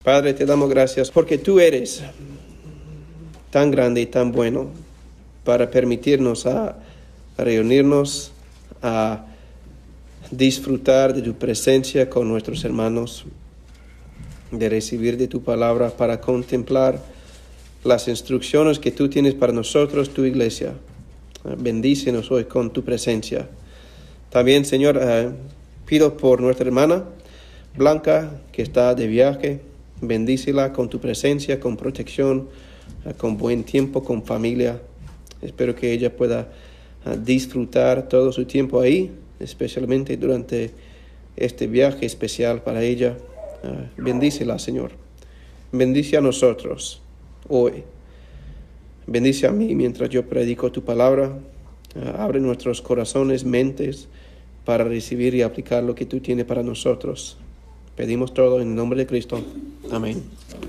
Padre, te damos gracias porque tú eres tan grande y tan bueno para permitirnos a reunirnos, a disfrutar de tu presencia con nuestros hermanos, de recibir de tu palabra, para contemplar las instrucciones que tú tienes para nosotros, tu iglesia. Bendícenos hoy con tu presencia. También, Señor, pido por nuestra hermana Blanca, que está de viaje. Bendícela con tu presencia, con protección, con buen tiempo, con familia. Espero que ella pueda disfrutar todo su tiempo ahí, especialmente durante este viaje especial para ella. Bendícela, Señor. Bendice a nosotros hoy. Bendice a mí mientras yo predico tu palabra. Abre nuestros corazones, mentes, para recibir y aplicar lo que tú tienes para nosotros. Pedimos todo en el nombre de Cristo. Amén.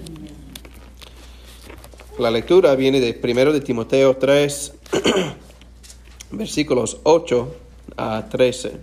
La lectura viene de 1 de Timoteo 3, versículos 8 a 13.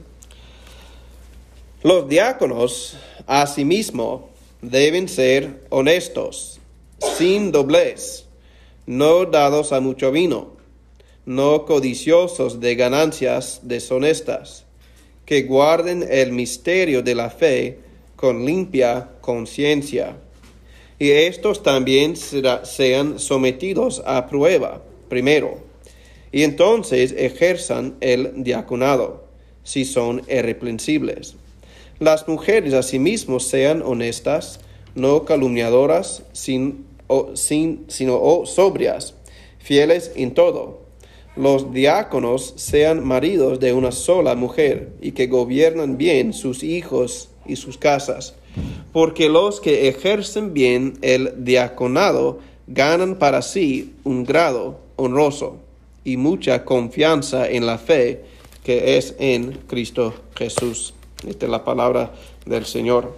Los diáconos, asimismo, deben ser honestos, sin doblez, no dados a mucho vino, no codiciosos de ganancias deshonestas, que guarden el misterio de la fe con limpia conciencia. Y estos también sean sometidos a prueba primero, y entonces ejerzan el diaconado, si son irreprensibles. Las mujeres asimismo sean honestas, no calumniadoras, sino sobrias, fieles en todo. Los diáconos sean maridos de una sola mujer, y que gobiernan bien sus hijos y sus casas, porque los que ejercen bien el diaconado ganan para sí un grado honroso y mucha confianza en la fe que es en Cristo Jesús. Esta es la palabra del Señor.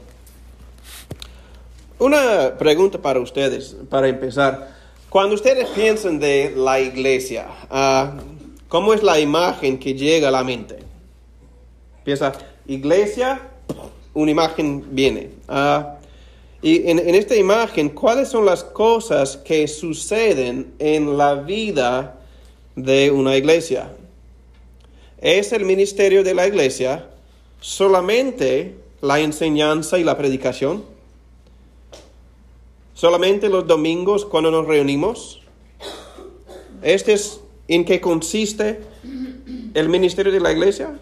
Una pregunta para ustedes, para empezar. Cuando ustedes piensan de la iglesia, ¿cómo es la imagen que llega a la mente? Piensa, iglesia, una imagen viene. Y en esta imagen, ¿cuáles son las cosas que suceden en la vida de una iglesia? ¿Es el ministerio de la iglesia solamente la enseñanza y la predicación? ¿Solamente los domingos cuando nos reunimos? ¿Este es en qué consiste el ministerio de la iglesia?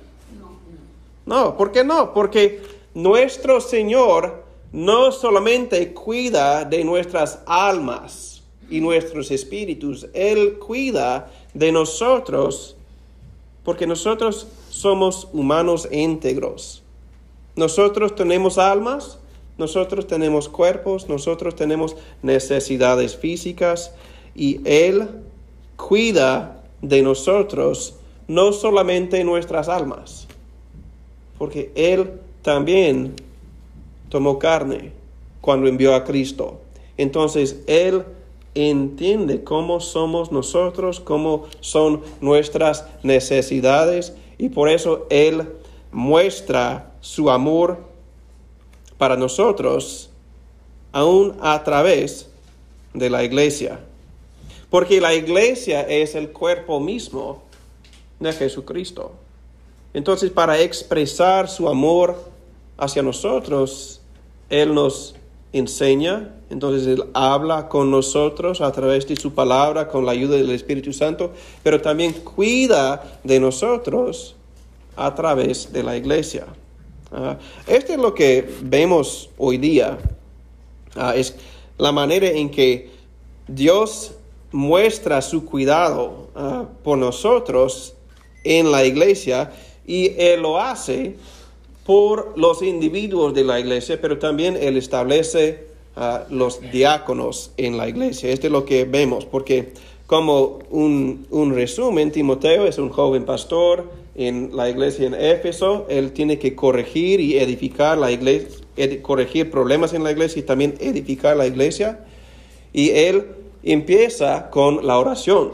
No, ¿por qué no? Porque nuestro Señor no solamente cuida de nuestras almas y nuestros espíritus, Él cuida de nosotros porque nosotros somos humanos íntegros. Nosotros tenemos almas, nosotros tenemos cuerpos, nosotros tenemos necesidades físicas y Él cuida de nosotros, no solamente nuestras almas, porque Él también tomó carne cuando envió a Cristo. Entonces, Él entiende cómo somos nosotros, cómo son nuestras necesidades, y por eso Él muestra su amor para nosotros, aún a través de la iglesia. Porque la iglesia es el cuerpo mismo de Jesucristo. Entonces, para expresar su amor hacia nosotros, Él nos enseña. Entonces, Él habla con nosotros a través de su palabra, con la ayuda del Espíritu Santo, pero también cuida de nosotros a través de la iglesia. Esto es lo que vemos hoy día. Es la manera en que Dios muestra su cuidado por nosotros en la iglesia, y Él lo hace por los individuos de la iglesia, pero también Él establece los diáconos en la iglesia. Esto es lo que vemos, porque como un resumen, Timoteo es un joven pastor en la iglesia en Éfeso. Él tiene que corregir y edificar la iglesia, corregir problemas en la iglesia y también edificar la iglesia. Y él empieza con la oración.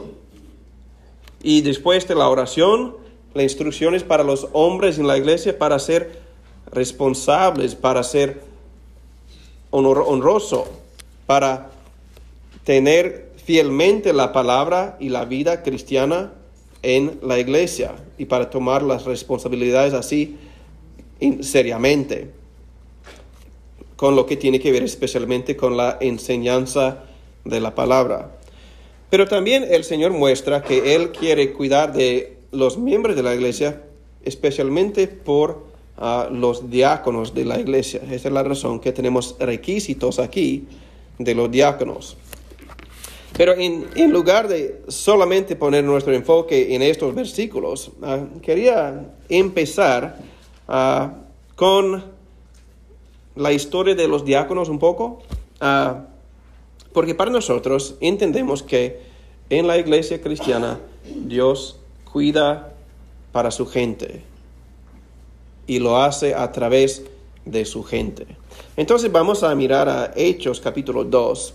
Y después de la oración, las instrucciones para los hombres en la iglesia para ser responsables, para ser honroso para tener fielmente la palabra y la vida cristiana en la iglesia y para tomar las responsabilidades así seriamente, con lo que tiene que ver especialmente con la enseñanza de la palabra. Pero también el Señor muestra que Él quiere cuidar de los miembros de la iglesia, especialmente por los diáconos de la iglesia. Esa es la razón que tenemos requisitos aquí de los diáconos. Pero en lugar de solamente poner nuestro enfoque en estos versículos, quería empezar con la historia de los diáconos un poco, porque para nosotros entendemos que en la iglesia cristiana Dios cuida para su gente y lo hace a través de su gente. Entonces vamos a mirar a Hechos capítulo 2.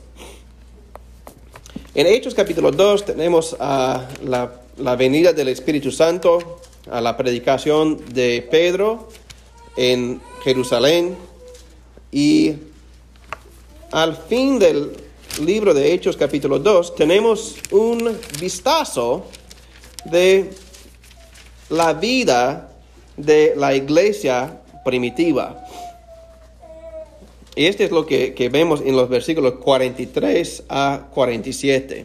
En Hechos capítulo 2 tenemos la venida del Espíritu Santo, a la predicación de Pedro en Jerusalén, y al fin del libro de Hechos capítulo 2 tenemos un vistazo de la vida de la iglesia primitiva. Y este es lo que vemos en los versículos 43 a 47.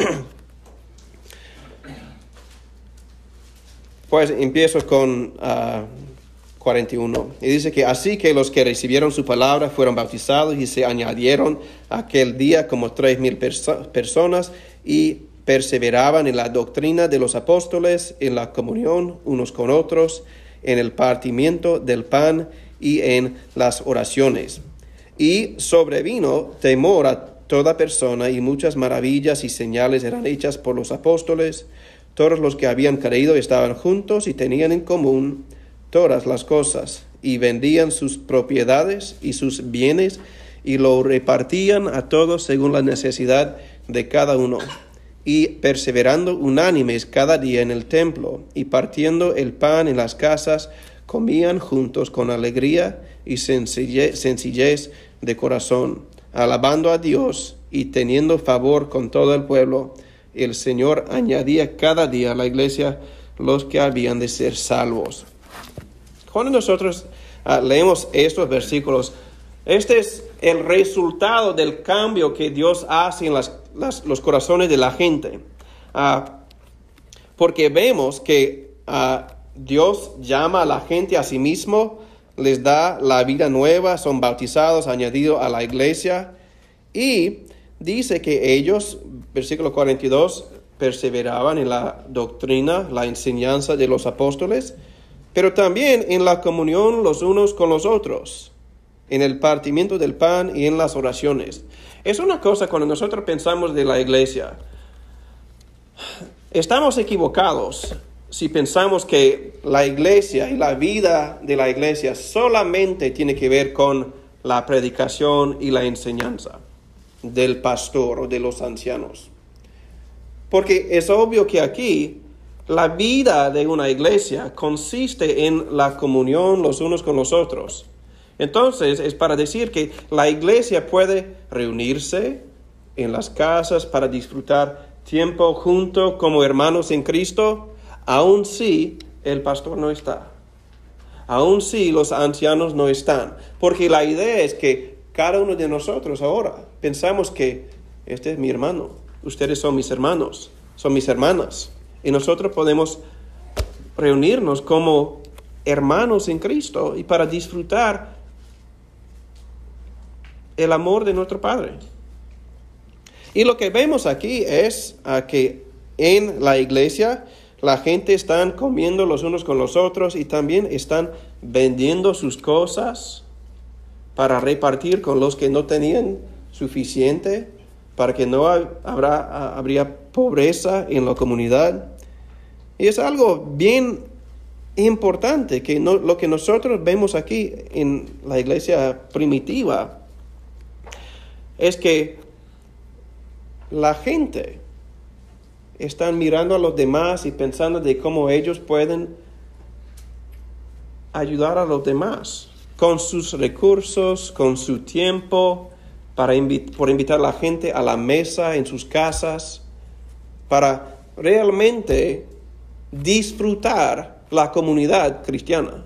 Pues empiezo con 41. Y dice que así que los que recibieron su palabra fueron bautizados y se añadieron aquel día como 3,000 personas y perseveraban en la doctrina de los apóstoles, en la comunión unos con otros, en el partimiento del pan y en las oraciones. Y sobrevino temor a toda persona, y muchas maravillas y señales eran hechas por los apóstoles. Todos los que habían creído estaban juntos y tenían en común todas las cosas, y vendían sus propiedades y sus bienes, y lo repartían a todos según la necesidad de cada uno. Y perseverando unánimes cada día en el templo, y partiendo el pan en las casas, comían juntos con alegría y sencillez de corazón, alabando a Dios y teniendo favor con todo el pueblo. El Señor añadía cada día a la iglesia los que habían de ser salvos. Cuando nosotros leemos estos versículos, este es el resultado del cambio que Dios hace en los corazones de la gente. Porque vemos que Dios llama a la gente a sí mismo, les da la vida nueva, son bautizados, añadidos a la iglesia, y dice que ellos, versículo 42, perseveraban en la doctrina, la enseñanza de los apóstoles, pero también en la comunión los unos con los otros, en el partimiento del pan y en las oraciones. Es una cosa cuando nosotros pensamos de la iglesia, estamos equivocados si pensamos que la iglesia y la vida de la iglesia solamente tiene que ver con la predicación y la enseñanza del pastor o de los ancianos. Porque es obvio que aquí la vida de una iglesia consiste en la comunión los unos con los otros. Entonces es para decir que la iglesia puede reunirse en las casas para disfrutar tiempo junto como hermanos en Cristo, aun si el pastor no está, aun si los ancianos no están, porque la idea es que cada uno de nosotros ahora pensamos que este es mi hermano, ustedes son mis hermanos, son mis hermanas, y nosotros podemos reunirnos como hermanos en Cristo y para disfrutar el amor de nuestro Padre. Y lo que vemos aquí es que en la iglesia la gente están comiendo los unos con los otros y también están vendiendo sus cosas para repartir con los que no tenían suficiente, para que no habría pobreza en la comunidad. Y es algo bien importante que lo que nosotros vemos aquí en la iglesia primitiva es que la gente están mirando a los demás y pensando de cómo ellos pueden ayudar a los demás. con sus recursos, con su tiempo, por invitar a la gente a la mesa en sus casas, para realmente disfrutar la comunidad cristiana.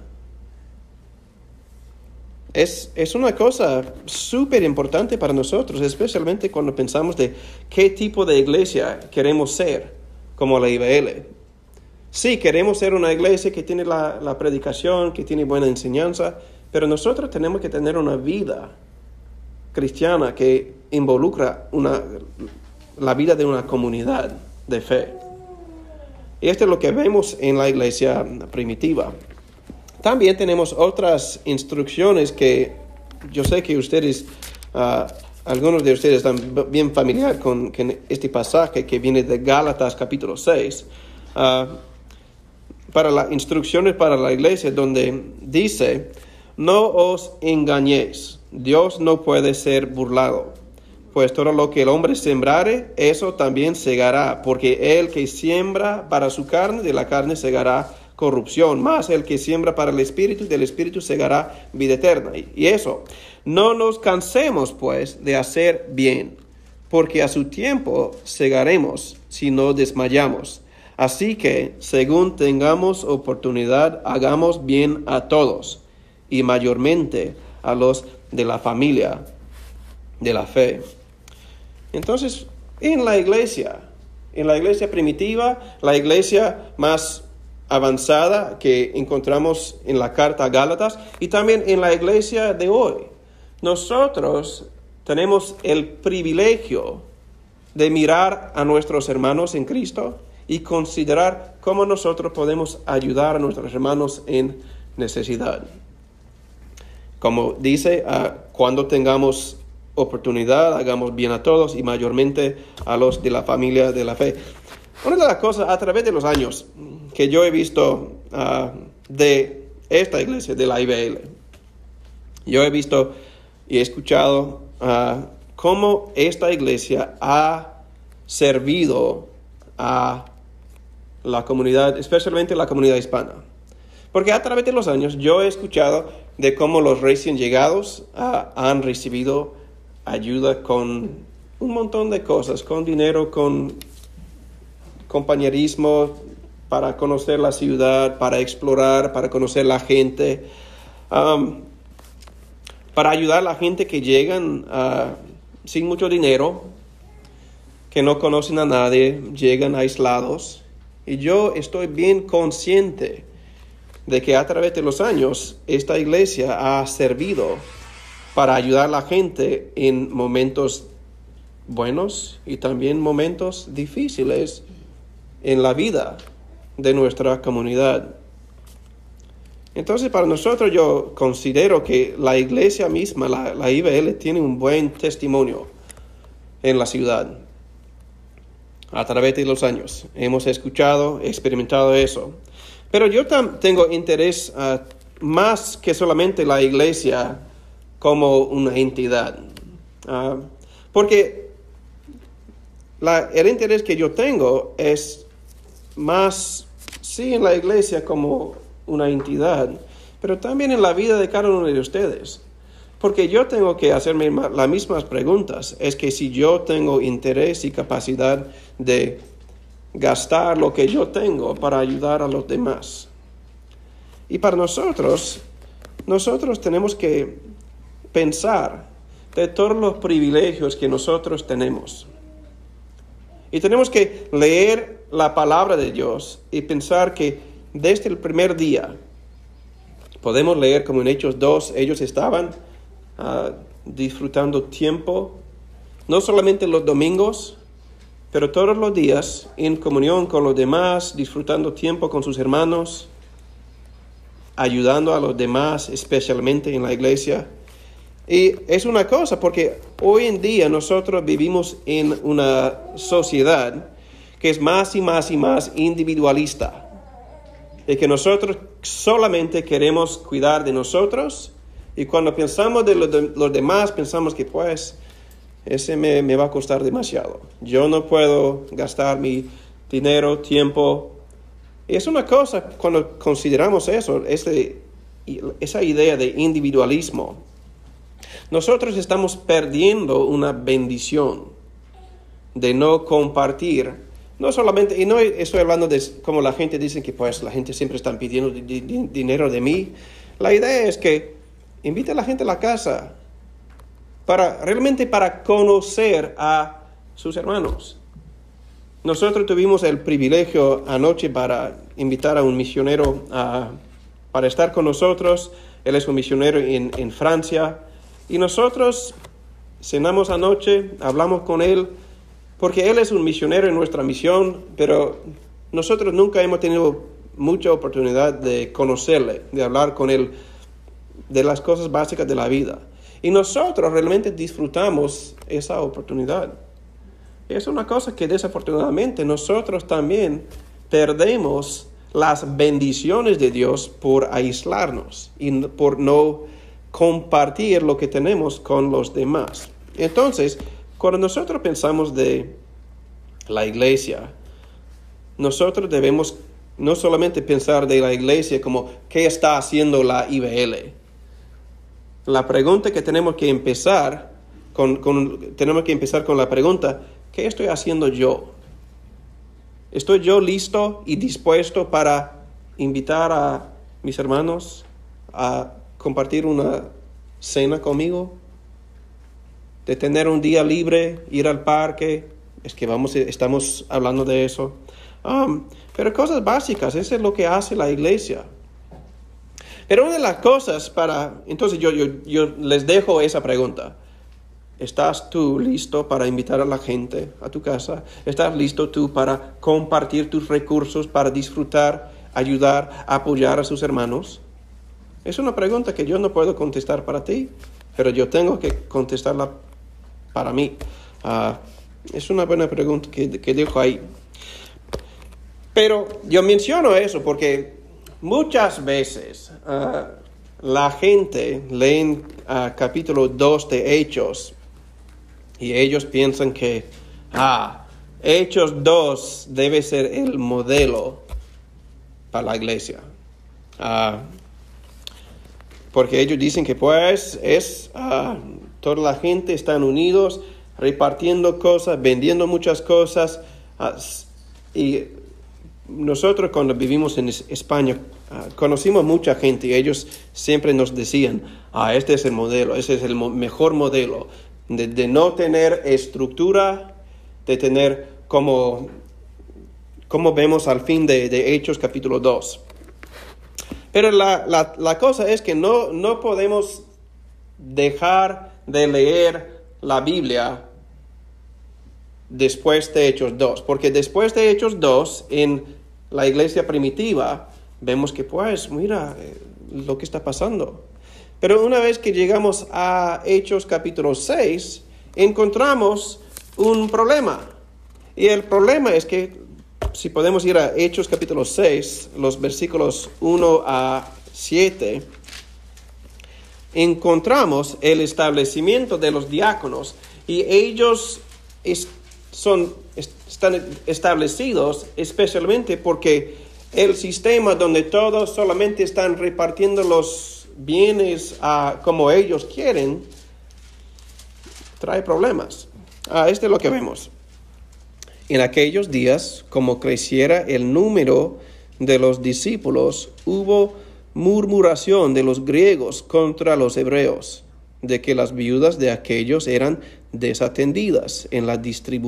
Es una cosa súper importante para nosotros, especialmente cuando pensamos de qué tipo de iglesia queremos ser, como la IBL. Sí, queremos ser una iglesia que tiene la predicación, que tiene buena enseñanza, pero nosotros tenemos que tener una vida cristiana que involucra la vida de una comunidad de fe. Y esto es lo que vemos en la iglesia primitiva. También tenemos otras instrucciones que yo sé que ustedes, algunos de ustedes están bien familiar con este pasaje que viene de Gálatas capítulo 6, para las instrucciones para la iglesia, donde dice: no os engañéis, Dios no puede ser burlado, pues todo lo que el hombre sembrare, eso también segará, porque el que siembra para su carne, de la carne segará corrupción, más el que siembra para el Espíritu, del Espíritu segará vida eterna. Y eso, no nos cansemos pues de hacer bien, porque a su tiempo segaremos si no desmayamos. Así que, según tengamos oportunidad, hagamos bien a todos, y mayormente a los de la familia de la fe. Entonces, en la iglesia primitiva, la iglesia más avanzada que encontramos en la carta a Gálatas, y también en la iglesia de hoy, nosotros tenemos el privilegio de mirar a nuestros hermanos en Cristo y considerar cómo nosotros podemos ayudar a nuestros hermanos en necesidad. Como dice, cuando tengamos oportunidad, hagamos bien a todos y mayormente a los de la familia de la fe. Una de las cosas a través de los años que yo he visto de esta iglesia, de la IBL, yo he visto y he escuchado cómo esta iglesia ha servido a la comunidad, especialmente la comunidad hispana. Porque a través de los años yo he escuchado de cómo los recién llegados han recibido ayuda con un montón de cosas, con dinero, con compañerismo, para conocer la ciudad, para explorar, para conocer la gente, para ayudar a la gente que llegan sin mucho dinero, que no conocen a nadie, llegan aislados. Y yo estoy bien consciente de que a través de los años esta iglesia ha servido para ayudar a la gente en momentos buenos y también momentos difíciles en la vida de nuestra comunidad. Entonces, para nosotros yo considero que la iglesia misma, la IBL, tiene un buen testimonio en la ciudad. A través de los años hemos experimentado eso. Pero yo tengo interés más que solamente la iglesia como una entidad. Porque el interés que yo tengo es más, sí, en la iglesia como una entidad, pero también en la vida de cada uno de ustedes. Porque yo tengo que hacerme las mismas preguntas. Es que si yo tengo interés y capacidad de gastar lo que yo tengo para ayudar a los demás. Y para nosotros tenemos que pensar de todos los privilegios que nosotros tenemos. Y tenemos que leer la palabra de Dios y pensar que desde el primer día, podemos leer como en Hechos 2, ellos estaban disfrutando tiempo, no solamente los domingos, pero todos los días en comunión con los demás, disfrutando tiempo con sus hermanos, ayudando a los demás, especialmente en la iglesia. Y es una cosa, porque hoy en día nosotros vivimos en una sociedad que es más y más y más individualista. Y que nosotros solamente queremos cuidar de nosotros. Y cuando pensamos de los demás, pensamos que pues ese me va a costar demasiado. Yo no puedo gastar mi dinero, tiempo. Y es una cosa, cuando consideramos eso, esa idea de individualismo, nosotros estamos perdiendo una bendición de no compartir. No solamente, y no estoy hablando de como la gente dice que pues la gente siempre está pidiendo dinero de mí. La idea es que invite a la gente a la casa realmente para conocer a sus hermanos. Nosotros tuvimos el privilegio anoche para invitar a un misionero para estar con nosotros. Él es un misionero en Francia. Y nosotros cenamos anoche, hablamos con él, porque él es un misionero en nuestra misión, pero nosotros nunca hemos tenido mucha oportunidad de conocerle, de hablar con él de las cosas básicas de la vida. Y nosotros realmente disfrutamos esa oportunidad. Es una cosa que desafortunadamente nosotros también perdemos las bendiciones de Dios por aislarnos y por no compartir lo que tenemos con los demás. Entonces, cuando nosotros pensamos de la iglesia, nosotros debemos no solamente pensar de la iglesia como ¿qué está haciendo la IBL? La pregunta que tenemos que empezar con la pregunta, ¿qué estoy haciendo yo? ¿Estoy yo listo y dispuesto para invitar a mis hermanos a compartir una cena conmigo? De tener un día libre, ir al parque. Estamos hablando de eso. Pero cosas básicas, eso es lo que hace la iglesia. Pero una de las cosas entonces yo les dejo esa pregunta. ¿Estás tú listo para invitar a la gente a tu casa? ¿Estás listo tú para compartir tus recursos, para disfrutar, ayudar, apoyar a sus hermanos? Es una pregunta que yo no puedo contestar para ti, pero yo tengo que contestarla para mí. Es una buena pregunta que dejo ahí. Pero yo menciono eso porque muchas veces la gente lee capítulo 2 de Hechos y ellos piensan que Hechos 2 debe ser el modelo para la iglesia. Porque ellos dicen que pues toda la gente están unidos, repartiendo cosas, vendiendo muchas cosas. Y nosotros cuando vivimos en España conocimos mucha gente y ellos siempre nos decían, este es el modelo, ese es el mejor modelo de no tener estructura, de tener como vemos al fin de Hechos capítulo 2. Pero la cosa es que no podemos dejar de leer la Biblia después de Hechos 2. Porque después de Hechos 2, en la iglesia primitiva, vemos que pues, mira lo que está pasando. Pero una vez que llegamos a Hechos capítulo 6, encontramos un problema. Y el problema es que si podemos ir a Hechos capítulo 6, los versículos 1 a 7, encontramos el establecimiento de los diáconos y ellos están establecidos especialmente porque el sistema donde todos solamente están repartiendo los bienes como ellos quieren, trae problemas. Este es lo que vemos. En aquellos días, como creciera el número de los discípulos, hubo murmuración de los griegos contra los hebreos, de que las viudas de aquellos eran desatendidas en la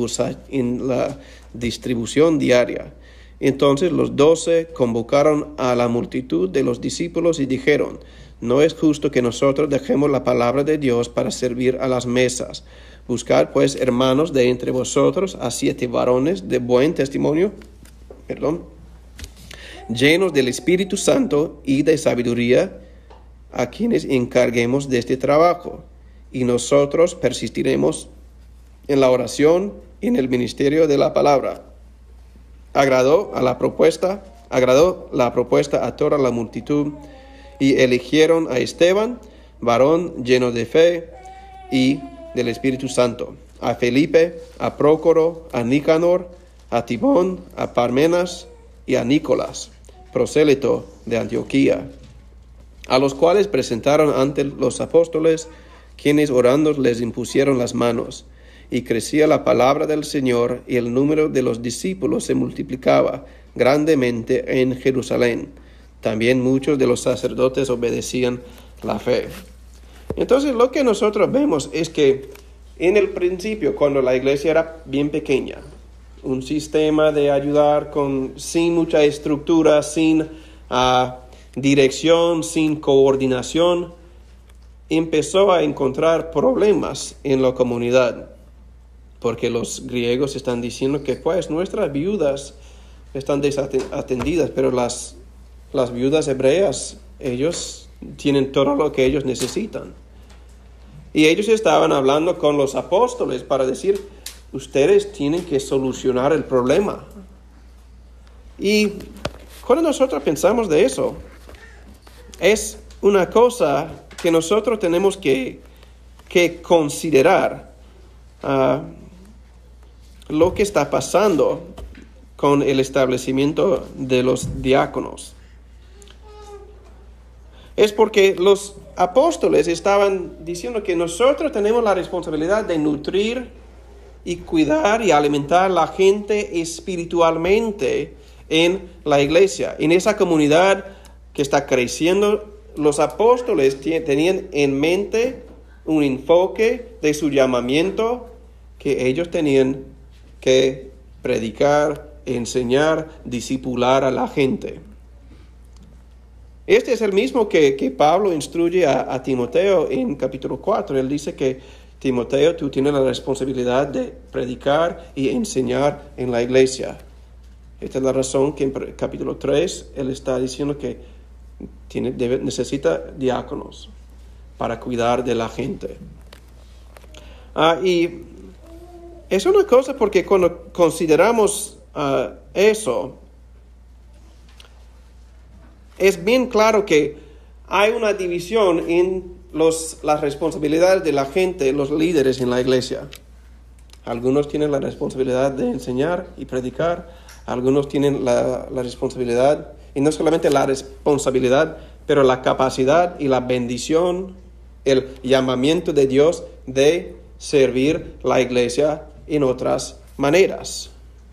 distribución diaria. Entonces los 12 convocaron a la multitud de los discípulos y dijeron, no es justo que nosotros dejemos la palabra de Dios para servir a las mesas. Buscad pues, hermanos, de entre vosotros a 7 varones de buen testimonio, llenos del Espíritu Santo y de sabiduría, a quienes encarguemos de este trabajo, y nosotros persistiremos en la oración y en el ministerio de la palabra. Agradó la propuesta a toda la multitud, y eligieron a Esteban, varón lleno de fe y del Espíritu Santo, a Felipe, a Prócoro, a Nicanor, a Timón, a Parmenas y a Nicolás, prosélito de Antioquía. a los cuales presentaron ante los apóstoles, quienes orando les impusieron las manos. Y crecía la palabra del Señor, y el número de los discípulos se multiplicaba grandemente en Jerusalén. También muchos de los sacerdotes obedecían la fe. Entonces lo que nosotros vemos es que en el principio, cuando la iglesia era bien pequeña, un sistema de ayudar sin mucha estructura, sin dirección, sin coordinación, empezó a encontrar problemas en la comunidad. Porque los griegos están diciendo que pues nuestras viudas están desatendidas, pero las viudas hebreas, ellos tienen todo lo que ellos necesitan. Y ellos estaban hablando con los apóstoles para decir, ustedes tienen que solucionar el problema. Y cuando nosotros pensamos de eso, es una cosa que nosotros tenemos que considerar lo que está pasando con el establecimiento de los diáconos. Es porque los apóstoles estaban diciendo que nosotros tenemos la responsabilidad de nutrir y cuidar y alimentar a la gente espiritualmente en la iglesia. En esa comunidad que está creciendo, los apóstoles tenían en mente un enfoque de su llamamiento, que ellos tenían que predicar, enseñar, discipular a la gente. Este es el mismo que Pablo instruye a Timoteo en capítulo 4. Él dice que Timoteo, tú tienes la responsabilidad de predicar y enseñar en la iglesia. Esta es la razón que en capítulo 3 él está diciendo que necesita diáconos para cuidar de la gente. Y es una cosa porque cuando consideramos eso, es bien claro que hay una división en las responsabilidades de la gente, los líderes en la iglesia. Algunos tienen la responsabilidad de enseñar y predicar, algunos tienen la responsabilidad, y no solamente la responsabilidad, pero la capacidad y la bendición, el llamamiento de Dios de servir la iglesia en otras maneras.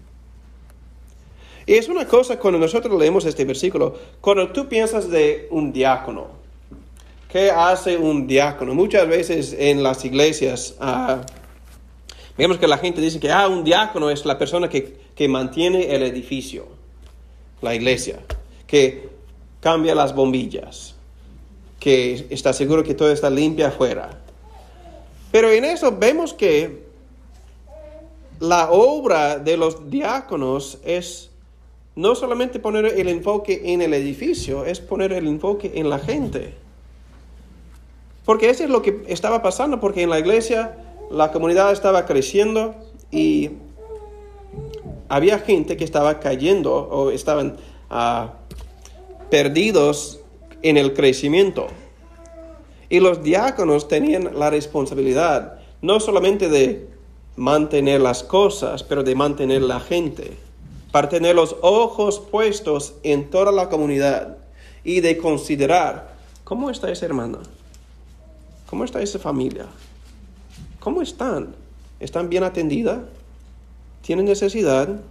Y es una cosa cuando nosotros leemos este versículo, cuando tú piensas de un diácono, ¿qué hace un diácono? Muchas veces en las iglesias, vemos que la gente dice que un diácono es la persona que mantiene el edificio, la iglesia, que cambia las bombillas, que está seguro que todo está limpio afuera. Pero en eso vemos que la obra de los diáconos es no solamente poner el enfoque en el edificio, es poner el enfoque en la gente. Porque eso es lo que estaba pasando, porque en la iglesia la comunidad estaba creciendo y había gente que estaba cayendo o estaban perdidos en el crecimiento. Y los diáconos tenían la responsabilidad no solamente de mantener las cosas, pero de mantener la gente, para tener los ojos puestos en toda la comunidad y de considerar cómo está esa hermana, cómo está esa familia, cómo están, ¿están bien atendidas? ¿Tienen necesidad?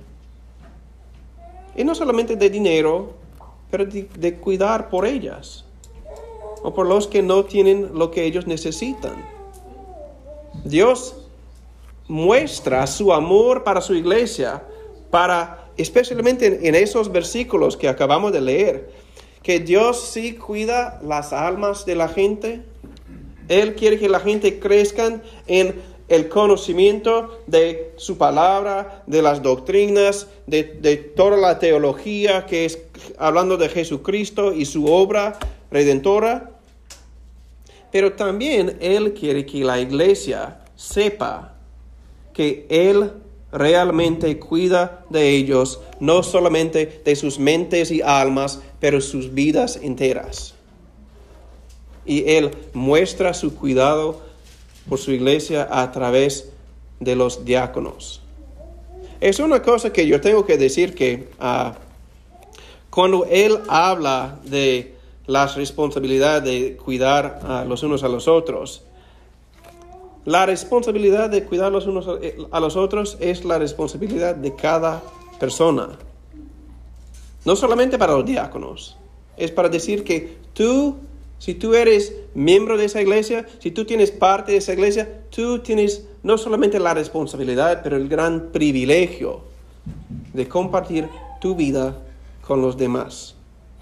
Y no solamente de dinero, pero de cuidar por ellas o por los que no tienen lo que ellos necesitan. Dios muestra su amor para su iglesia, especialmente en esos versículos que acabamos de leer, que Dios sí cuida las almas de la gente. Él quiere que la gente crezca en el conocimiento de su palabra, de las doctrinas, de toda la teología que es hablando de Jesucristo y su obra redentora. Pero también Él quiere que la iglesia sepa que Él realmente cuida de ellos, no solamente de sus mentes y almas, pero sus vidas enteras. Y Él muestra su cuidado por su iglesia a través de los diáconos. Es una cosa que yo tengo que decir que cuando Él habla de la responsabilidad de cuidar a los unos a los otros. La responsabilidad de cuidar los unos a los otros es la responsabilidad de cada persona. No solamente para los diáconos. Es para decir que tú, si tú eres miembro de esa iglesia, si tú tienes parte de esa iglesia, tú tienes no solamente la responsabilidad, pero el gran privilegio de compartir tu vida con los demás.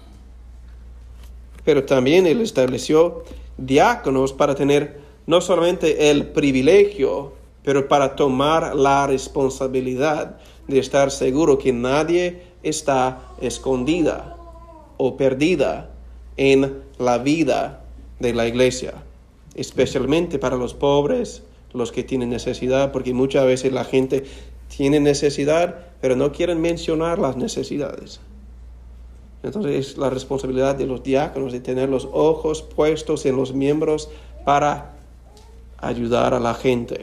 Pero también Él estableció diáconos para tener no solamente el privilegio, pero para tomar la responsabilidad de estar seguro que nadie está escondida o perdida en la vida de la iglesia, especialmente para los pobres, los que tienen necesidad, porque muchas veces la gente tiene necesidad, pero no quieren mencionar las necesidades. Entonces es la responsabilidad de los diáconos de tener los ojos puestos en los miembros para ayudar a la gente.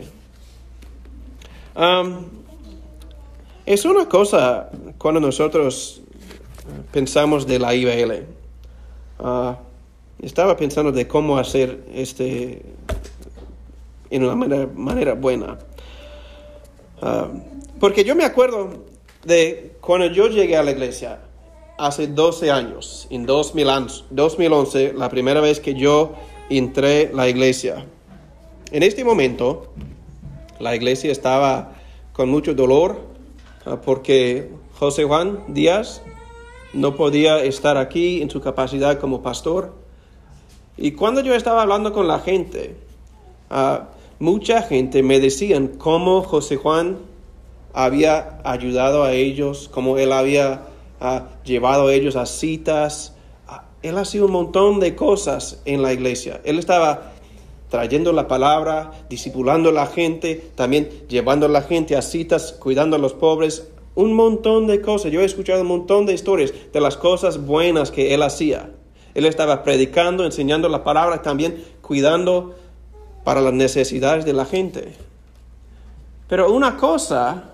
Es una cosa cuando nosotros pensamos de la IBL. Estaba pensando de cómo hacer en una manera buena. Porque yo me acuerdo de cuando yo llegué a la iglesia hace 12 años, en 2011, la primera vez que yo entré a la iglesia. En este momento, la iglesia estaba con mucho dolor porque José Juan Díaz no podía estar aquí en su capacidad como pastor. Y cuando yo estaba hablando con la gente, mucha gente me decían cómo José Juan había ayudado a ellos, cómo él había llevado a ellos a citas. Él hacía un montón de cosas en la iglesia. Él estaba trayendo la palabra, discipulando a la gente, también llevando a la gente a citas, cuidando a los pobres, un montón de cosas. Yo he escuchado un montón de historias de las cosas buenas que él hacía. Él estaba predicando, enseñando la palabra, también cuidando para las necesidades de la gente. Pero una cosa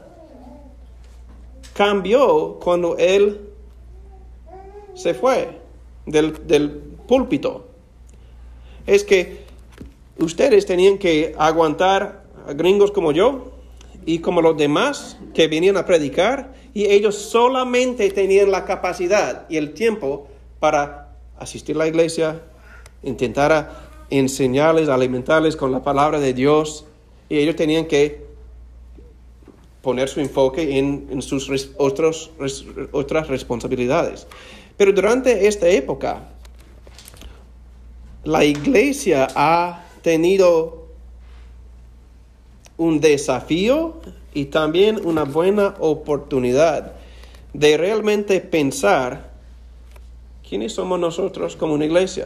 cambió cuando él se fue del púlpito. Es que ustedes tenían que aguantar a gringos como yo y como los demás que venían a predicar, y ellos solamente tenían la capacidad y el tiempo para asistir a la iglesia, intentar enseñarles, alimentarles con la palabra de Dios, y ellos tenían que poner su enfoque en sus otras responsabilidades. Pero durante esta época, la iglesia ha tenido un desafío y también una buena oportunidad de realmente pensar quiénes somos nosotros como una iglesia.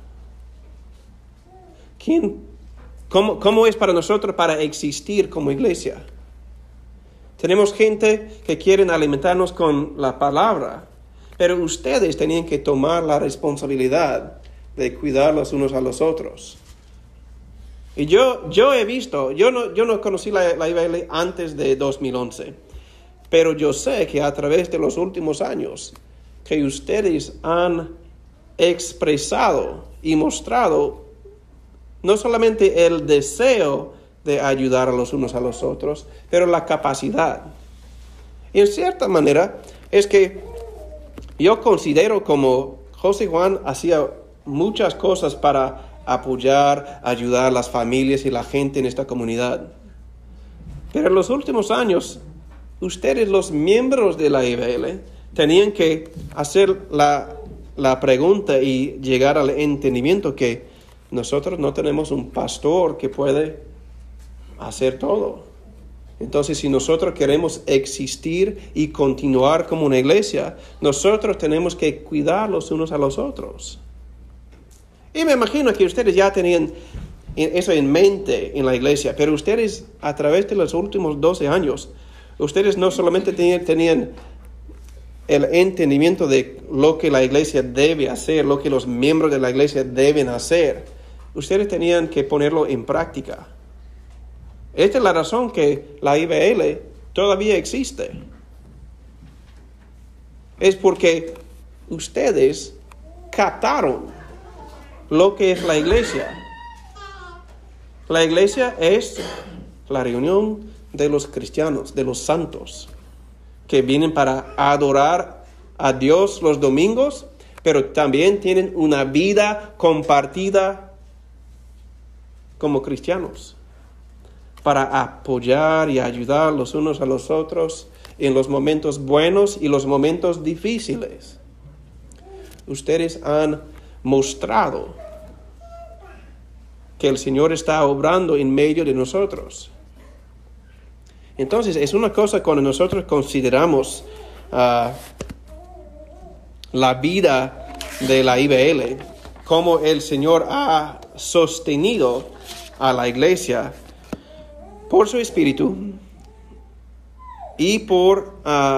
¿Cómo es para nosotros para existir como iglesia? Tenemos gente que quieren alimentarnos con la palabra, pero ustedes tenían que tomar la responsabilidad de cuidar los unos a los otros. Y yo he visto, yo no conocí la IBL antes de 2011, pero yo sé que a través de los últimos años que ustedes han expresado y mostrado no solamente el deseo de ayudar a los unos a los otros, pero la capacidad. Y en cierta manera es que yo considero como José Juan hacía muchas cosas para apoyar, ayudar a las familias y la gente en esta comunidad. Pero en los últimos años, ustedes, los miembros de la IBL, tenían que hacer la pregunta y llegar al entendimiento que nosotros no tenemos un pastor que puede hacer todo. Entonces, si nosotros queremos existir y continuar como una iglesia, nosotros tenemos que cuidar los unos a los otros. Y me imagino que ustedes ya tenían eso en mente en la iglesia, pero ustedes a través de los últimos 12 años, ustedes no solamente tenían el entendimiento de lo que la iglesia debe hacer, lo que los miembros de la iglesia deben hacer, ustedes tenían que ponerlo en práctica. Esta es la razón que la IBL todavía existe. Es porque ustedes captaron lo que es la iglesia. La iglesia es la reunión de los cristianos, de los santos, que vienen para adorar a Dios los domingos, pero también tienen una vida compartida como cristianos, para apoyar y ayudar los unos a los otros en los momentos buenos y los momentos difíciles. Ustedes han mostrado que el Señor está obrando en medio de nosotros. Entonces, es una cosa cuando nosotros consideramos la vida de la IBL, cómo el Señor ha sostenido a la iglesia por su Espíritu y por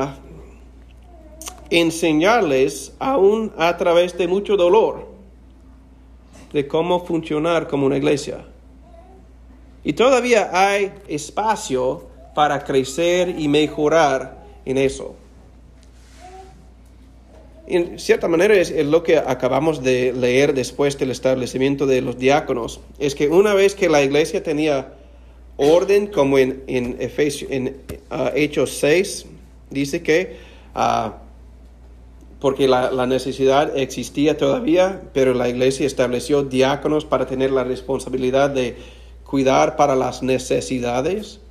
enseñarles aún a través de mucho dolor de cómo funcionar como una iglesia. Y todavía hay espacio para crecer y mejorar en eso. En cierta manera es lo que acabamos de leer después del establecimiento de los diáconos. Es que una vez que la iglesia tenía orden, como en Hechos 6, dice que porque la necesidad existía todavía, pero la iglesia estableció diáconos para tener la responsabilidad de cuidar para las necesidades,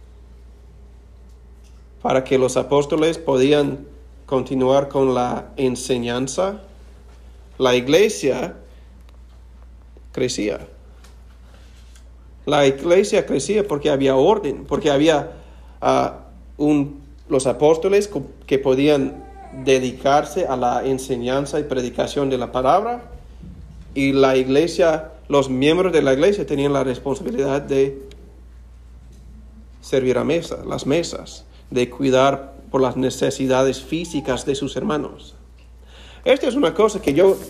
para que los apóstoles podían continuar con la enseñanza. La iglesia crecía. La iglesia crecía porque había orden, porque había los apóstoles que podían dedicarse a la enseñanza y predicación de la palabra, y la iglesia, los miembros de la iglesia tenían la responsabilidad de servir a las mesas, de cuidar por las necesidades físicas de sus hermanos. Esta es una cosa que yo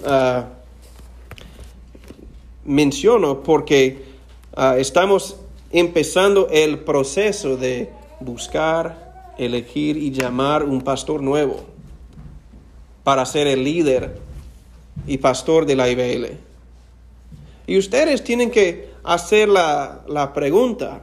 menciono porque estamos empezando el proceso de buscar, elegir y llamar un pastor nuevo para ser el líder y pastor de la IBL. Y ustedes tienen que hacer la pregunta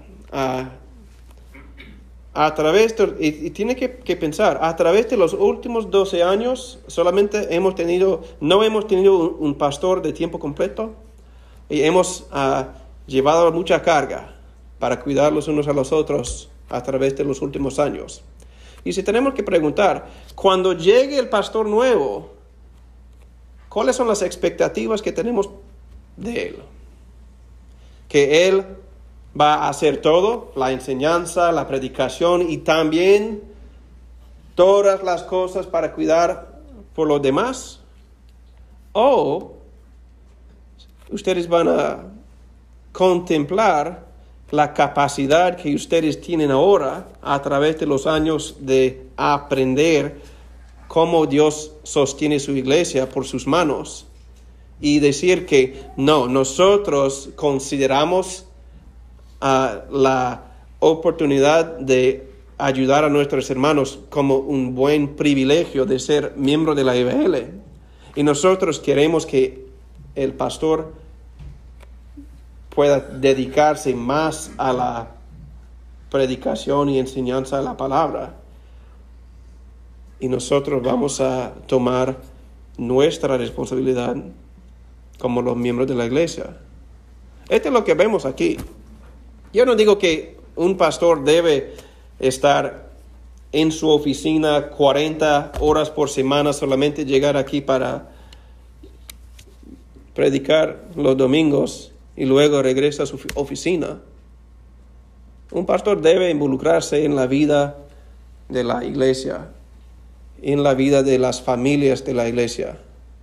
a través y tienen que pensar, a través de los últimos 12 años solamente no hemos tenido un pastor de tiempo completo, y hemos llevado mucha carga para cuidar los unos a los otros a través de los últimos años. Y si tenemos que preguntar, cuando llegue el pastor nuevo, ¿cuáles son las expectativas que tenemos de él? Que él va a hacer todo, la enseñanza, la predicación y también todas las cosas para cuidar por los demás. O ustedes van a contemplar la capacidad que ustedes tienen ahora a través de los años de aprender cómo Dios sostiene su iglesia por sus manos y decir que no, nosotros consideramos la oportunidad de ayudar a nuestros hermanos como un buen privilegio de ser miembro de la IBL, y nosotros queremos que el pastor pueda dedicarse más a la predicación y enseñanza de la palabra, y nosotros vamos a tomar nuestra responsabilidad como los miembros de la iglesia. Esto es lo que vemos aquí. Yo no digo que un pastor debe estar en su oficina 40 horas por semana, solamente llegar aquí para predicar los domingos y luego regresa a su oficina. Un pastor debe involucrarse en la vida de la iglesia, en la vida de las familias de la iglesia.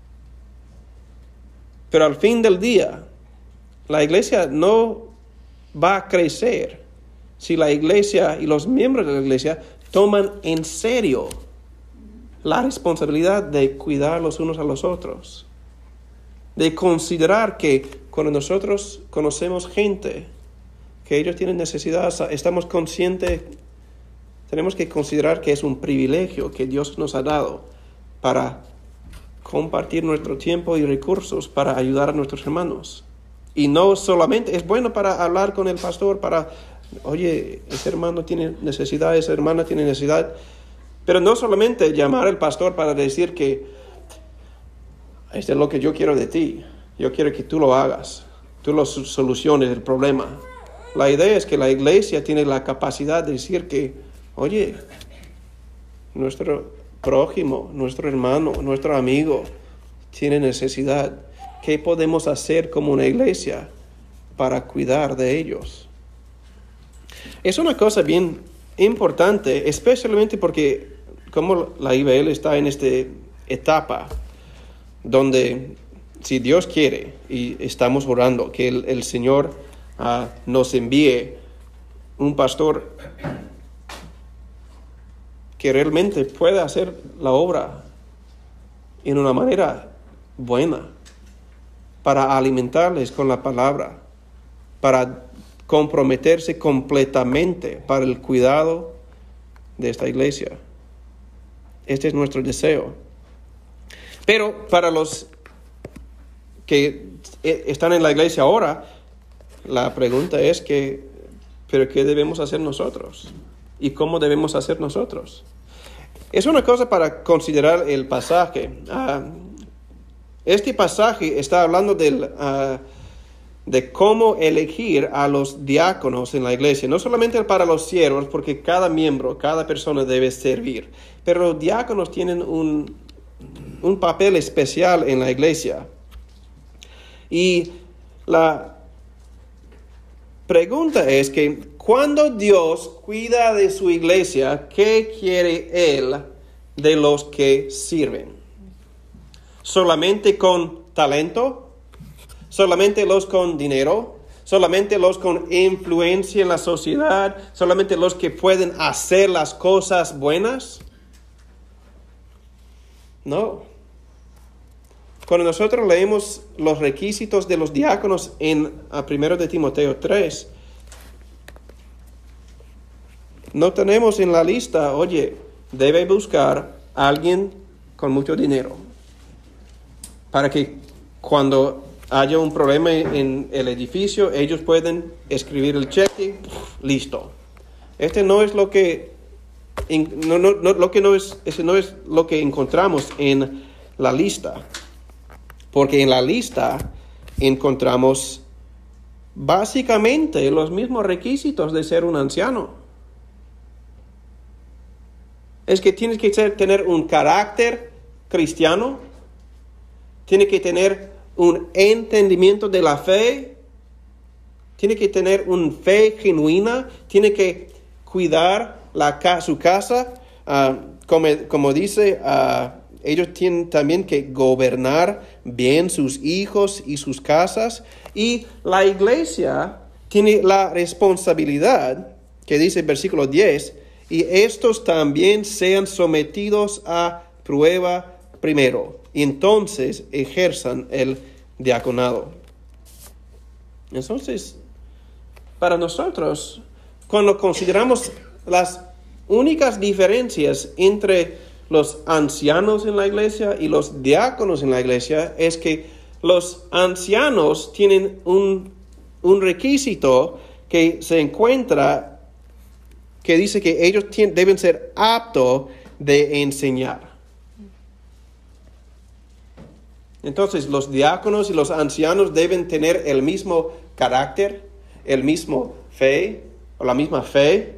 Pero al fin del día, la iglesia no va a crecer si la iglesia y los miembros de la iglesia toman en serio la responsabilidad de cuidar los unos a los otros, de considerar que cuando nosotros conocemos gente que ellos tienen necesidad, estamos conscientes, tenemos que considerar que es un privilegio que Dios nos ha dado para compartir nuestro tiempo y recursos para ayudar a nuestros hermanos. Y no solamente, es bueno para hablar con el pastor, para, oye, ese hermano tiene necesidad, esa hermana tiene necesidad, pero no solamente llamar al pastor para decir que esto es lo que yo quiero de ti, yo quiero que tú lo hagas, tú lo soluciones el problema. La idea es que la iglesia tiene la capacidad de decir que, oye, nuestro prójimo, nuestro hermano, nuestro amigo tiene necesidad. ¿Qué podemos hacer como una iglesia para cuidar de ellos? Es una cosa bien importante, especialmente porque como la IBL está en esta etapa donde, si Dios quiere, y estamos orando que el Señor nos envíe un pastor que realmente pueda hacer la obra en una manera buena, para alimentarles con la palabra, para comprometerse completamente para el cuidado de esta iglesia. Este es nuestro deseo. Pero para los que están en la iglesia ahora, la pregunta es ¿pero qué debemos hacer nosotros? ¿Y cómo debemos hacer nosotros? Es una cosa para considerar el pasaje. Este pasaje está hablando de cómo elegir a los diáconos en la iglesia. No solamente para los siervos, porque cada miembro, cada persona debe servir. Pero los diáconos tienen un papel especial en la iglesia. Y la pregunta es que cuando Dios cuida de su iglesia, ¿qué quiere Él de los que sirven? ¿Solamente con talento? ¿Solamente los con dinero? ¿Solamente los con influencia en la sociedad? ¿Solamente los que pueden hacer las cosas buenas? No. Cuando nosotros leemos los requisitos de los diáconos en 1 de Timoteo 3, no tenemos en la lista, oye, debe buscar a alguien con mucho dinero, para que cuando haya un problema en el edificio, ellos pueden escribir el cheque, listo. Este no es lo que ese no es lo que encontramos en la lista, porque en la lista encontramos básicamente los mismos requisitos de ser un anciano. Es que tienes que tener un carácter cristiano, tiene que tener un entendimiento de la fe, tiene que tener una fe genuina, tiene que cuidar su casa, como dice, ellos tienen también que gobernar bien sus hijos y sus casas, y la iglesia tiene la responsabilidad, que dice el versículo 10, y estos también sean sometidos a prueba primero, y entonces ejerzan el diaconado. Entonces, para nosotros, cuando consideramos las únicas diferencias entre los ancianos en la iglesia y los diáconos en la iglesia, es que los ancianos tienen un requisito que se encuentra, que dice que ellos deben ser aptos de enseñar. Entonces, los diáconos y los ancianos deben tener el mismo carácter, el mismo fe, o la misma fe.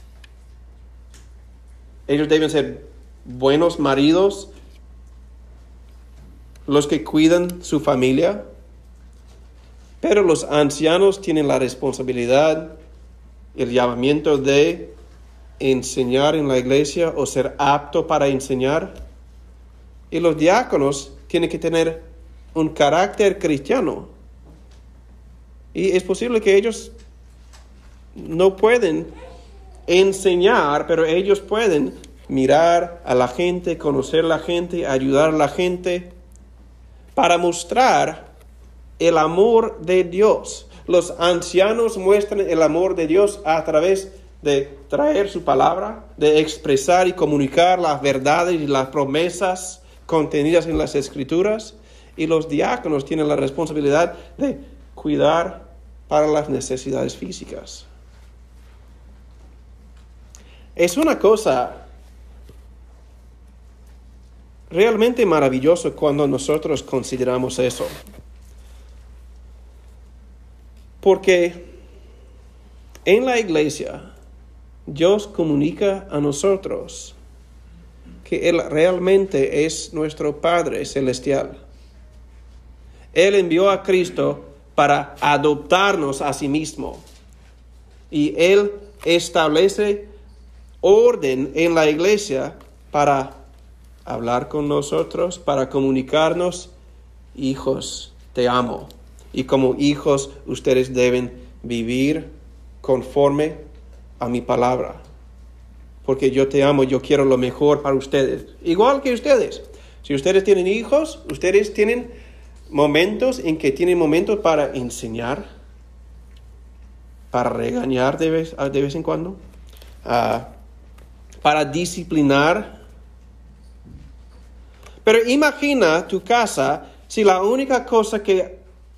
Ellos deben ser buenos maridos, los que cuidan su familia. Pero los ancianos tienen la responsabilidad, el llamamiento de enseñar en la iglesia o ser apto para enseñar. Y los diáconos tienen que tener un carácter cristiano. Y es posible que ellos no pueden enseñar, pero ellos pueden mirar a la gente, conocer a la gente, ayudar a la gente para mostrar el amor de Dios. Los ancianos muestran el amor de Dios a través de traer su palabra, de expresar y comunicar las verdades y las promesas contenidas en las Escrituras, y los diáconos tienen la responsabilidad de cuidar para las necesidades físicas. Es una cosa realmente maravillosa cuando nosotros consideramos eso. Porque en la iglesia Dios comunica a nosotros que Él realmente es nuestro Padre Celestial. Él envió a Cristo para adoptarnos a sí mismo. Y Él establece orden en la iglesia para hablar con nosotros, para comunicarnos: hijos, te amo. Y como hijos, ustedes deben vivir conforme a mi palabra. Porque yo te amo, yo quiero lo mejor para ustedes. Igual que ustedes. Si ustedes tienen hijos, ustedes tienen momentos en que tienen momentos para enseñar, para regañar de vez en cuando, para disciplinar. Pero imagina tu casa si la única cosa que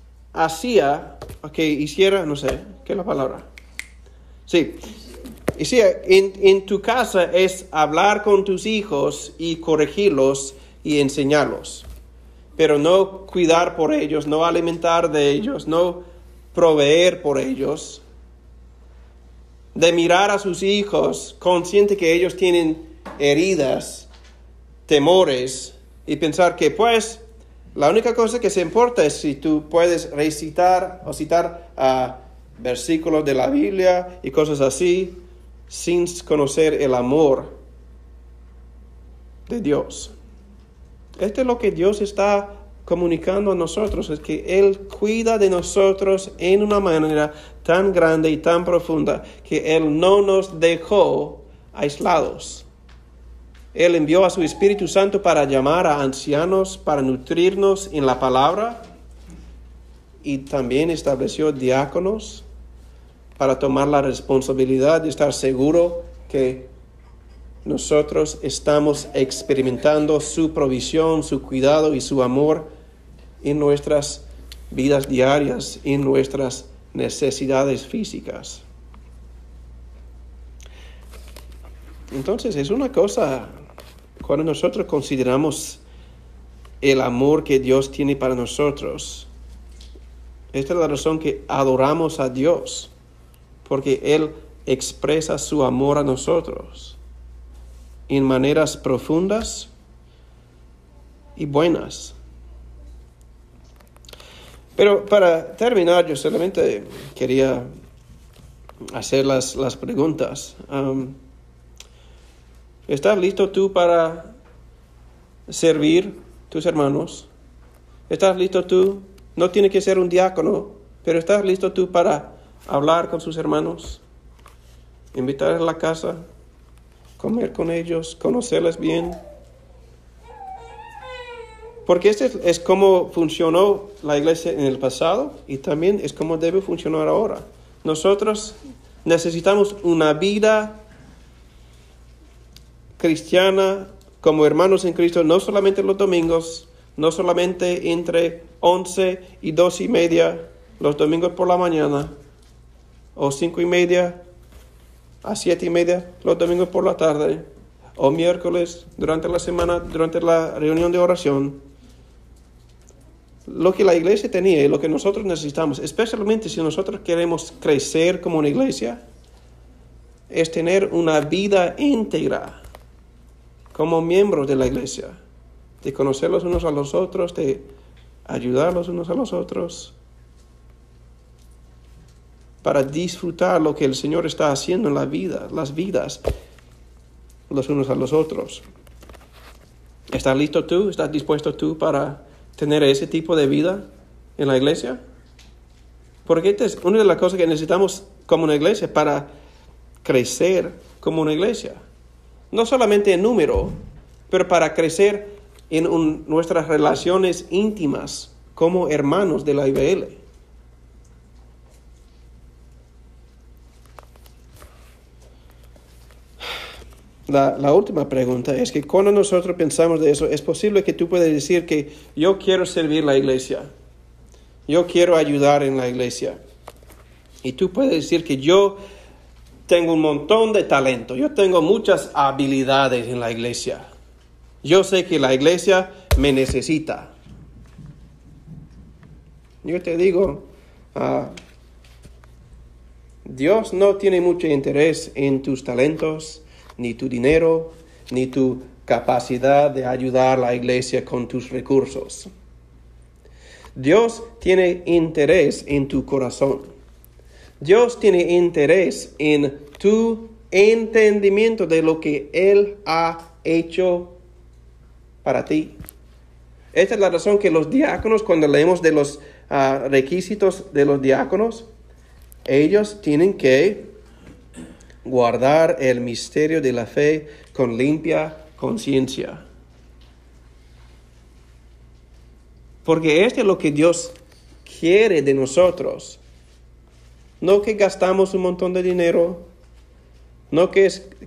hiciera, no sé, ¿qué es la palabra? Sí, y si en tu casa es hablar con tus hijos y corregirlos y enseñarlos, pero no cuidar por ellos, no alimentar de ellos, no proveer por ellos, de mirar a sus hijos consciente que ellos tienen heridas, temores, y pensar que pues la única cosa que se importa es si tú puedes recitar o citar versículos de la Biblia y cosas así, sin conocer el amor de Dios. Esto es lo que Dios está comunicando a nosotros, es que Él cuida de nosotros en una manera tan grande y tan profunda que Él no nos dejó aislados. Él envió a su Espíritu Santo para llamar a ancianos, para nutrirnos en la palabra, y también estableció diáconos para tomar la responsabilidad de estar seguro que nosotros estamos experimentando su provisión, su cuidado y su amor en nuestras vidas diarias, en nuestras necesidades físicas. Entonces es una cosa, cuando nosotros consideramos el amor que Dios tiene para nosotros, esta es la razón que adoramos a Dios, porque Él expresa su amor a nosotros en maneras profundas y buenas. Pero para terminar, yo solamente quería hacer las preguntas. ¿Estás listo tú para servir tus hermanos? ¿Estás listo tú? No tiene que ser un diácono, pero ¿estás listo tú para hablar con sus hermanos? Invitarles a la casa, comer con ellos, conocerles bien. Porque este es como funcionó la iglesia en el pasado y también es como debe funcionar ahora. Nosotros necesitamos una vida cristiana como hermanos en Cristo, no solamente los domingos, no solamente entre 11 y 2:30 los domingos por la mañana, o 5:30 a 7:30 los domingos por la tarde, o miércoles durante la semana, durante la reunión de oración. Lo que la iglesia tenía y lo que nosotros necesitamos, especialmente si nosotros queremos crecer como una iglesia, es tener una vida íntegra como miembros de la iglesia, de conocer los unos a los otros, de ayudar los unos a los otros, para disfrutar lo que el Señor está haciendo en la vida, las vidas, los unos a los otros. ¿Estás listo tú? ¿Estás dispuesto tú para tener ese tipo de vida en la iglesia? Porque esta es una de las cosas que necesitamos como una iglesia para crecer como una iglesia. No solamente en número, pero para crecer en nuestras relaciones íntimas como hermanos de la IBL. La última pregunta es que cuando nosotros pensamos de eso, es posible que tú puedas decir que yo quiero servir la iglesia, yo quiero ayudar en la iglesia. Y tú puedes decir que yo tengo un montón de talento, yo tengo muchas habilidades en la iglesia. Yo sé que la iglesia me necesita. Yo te digo, Dios no tiene mucho interés en tus talentos, ni tu dinero, ni tu capacidad de ayudar a la iglesia con tus recursos. Dios tiene interés en tu corazón. Dios tiene interés en tu entendimiento de lo que Él ha hecho para ti. Esta es la razón que los diáconos, cuando leemos de los requisitos de los diáconos, ellos tienen que guardar el misterio de la fe con limpia conciencia. Porque esto es lo que Dios quiere de nosotros. No que gastamos un montón de dinero, no que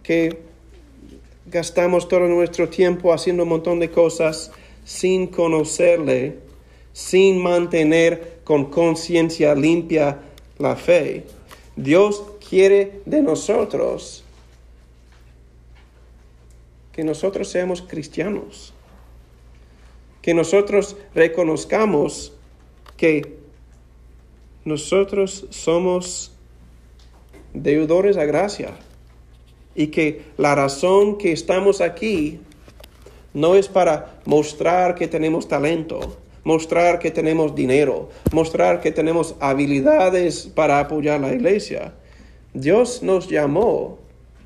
gastamos todo nuestro tiempo haciendo un montón de cosas sin conocerle, sin mantener con conciencia limpia la fe. Dios quiere de nosotros que nosotros seamos cristianos, que nosotros reconozcamos que nosotros somos deudores a gracia y que la razón que estamos aquí no es para mostrar que tenemos talento, mostrar que tenemos dinero, mostrar que tenemos habilidades para apoyar la iglesia. Dios nos llamó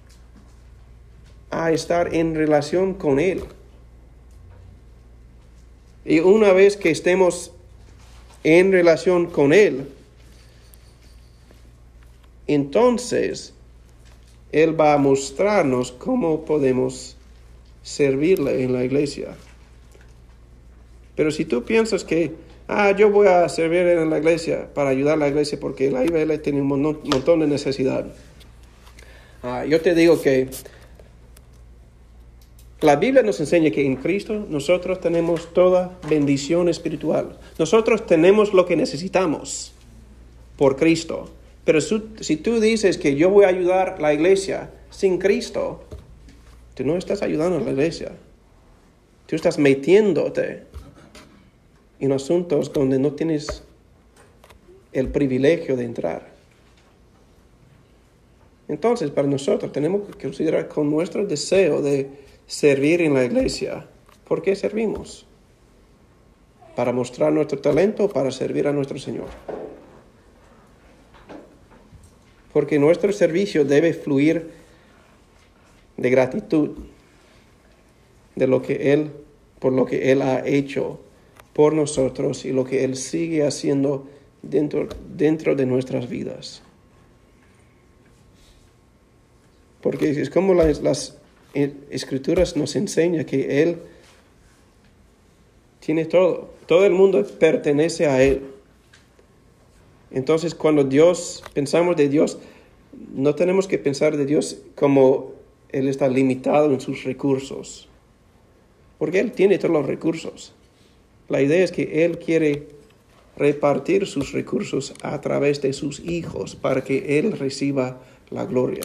a estar en relación con Él. Y una vez que estemos en relación con Él, entonces Él va a mostrarnos cómo podemos servirle en la iglesia. Pero si tú piensas que, yo voy a servir en la iglesia para ayudar a la iglesia porque la IBL tiene un montón de necesidad. Yo te digo que la Biblia nos enseña que en Cristo nosotros tenemos toda bendición espiritual. Nosotros tenemos lo que necesitamos por Cristo. Pero si tú dices que yo voy a ayudar a la iglesia sin Cristo, tú no estás ayudando a la iglesia. Tú estás metiéndote en asuntos donde no tienes el privilegio de entrar. Entonces, para nosotros tenemos que considerar con nuestro deseo de servir en la iglesia. ¿Por qué servimos? ¿Para mostrar nuestro talento o para servir a nuestro Señor? Porque nuestro servicio debe fluir de gratitud por lo que Él ha hecho por nosotros y lo que Él sigue haciendo dentro de nuestras vidas. Porque es como las Escrituras nos enseñan que Él tiene todo. Todo el mundo pertenece a Él. Entonces, cuando pensamos de Dios, no tenemos que pensar de Dios como Él está limitado en sus recursos. Porque Él tiene todos los recursos. La idea es que Él quiere repartir sus recursos a través de sus hijos para que Él reciba la gloria.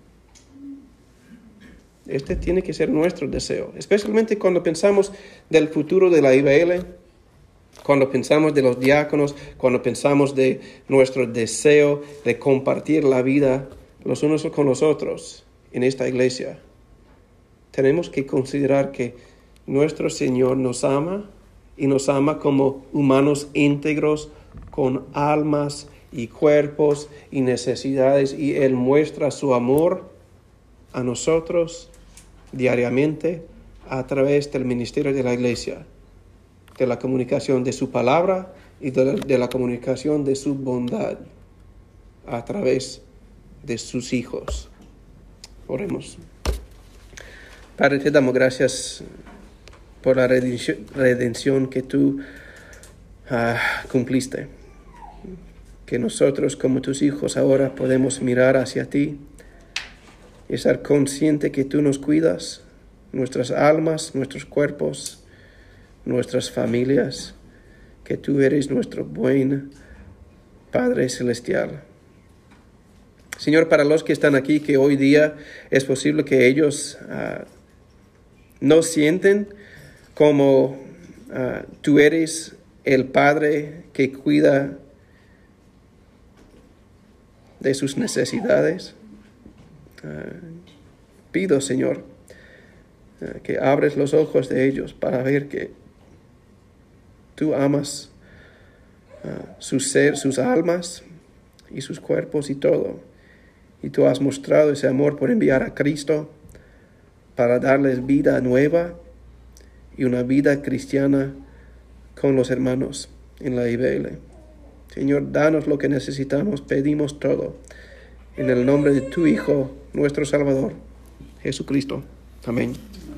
Este tiene que ser nuestro deseo, especialmente cuando pensamos del futuro de la IBL, cuando pensamos de los diáconos, cuando pensamos de nuestro deseo de compartir la vida los unos con los otros en esta iglesia. Tenemos que considerar que nuestro Señor nos ama y nos ama como humanos íntegros con almas y cuerpos y necesidades, y Él muestra su amor a nosotros diariamente a través del ministerio de la iglesia, de la comunicación de su palabra y de la comunicación de su bondad a través de sus hijos. Oremos. Padre, te damos gracias por la redención que tú cumpliste. Que nosotros como tus hijos ahora podemos mirar hacia ti estar consciente que tú nos cuidas, nuestras almas, nuestros cuerpos, nuestras familias, que tú eres nuestro buen Padre Celestial. Señor, para los que están aquí, que hoy día es posible que ellos no sienten como tú eres el Padre que cuida de sus necesidades. Pido, Señor, que abres los ojos de ellos para ver que tú amas su ser, sus almas y sus cuerpos y todo. Y tú has mostrado ese amor por enviar a Cristo para darles vida nueva y una vida cristiana con los hermanos en la IBL. Señor, danos lo que necesitamos, pedimos todo. En el nombre de tu Hijo, nuestro Salvador, Jesucristo. Amén.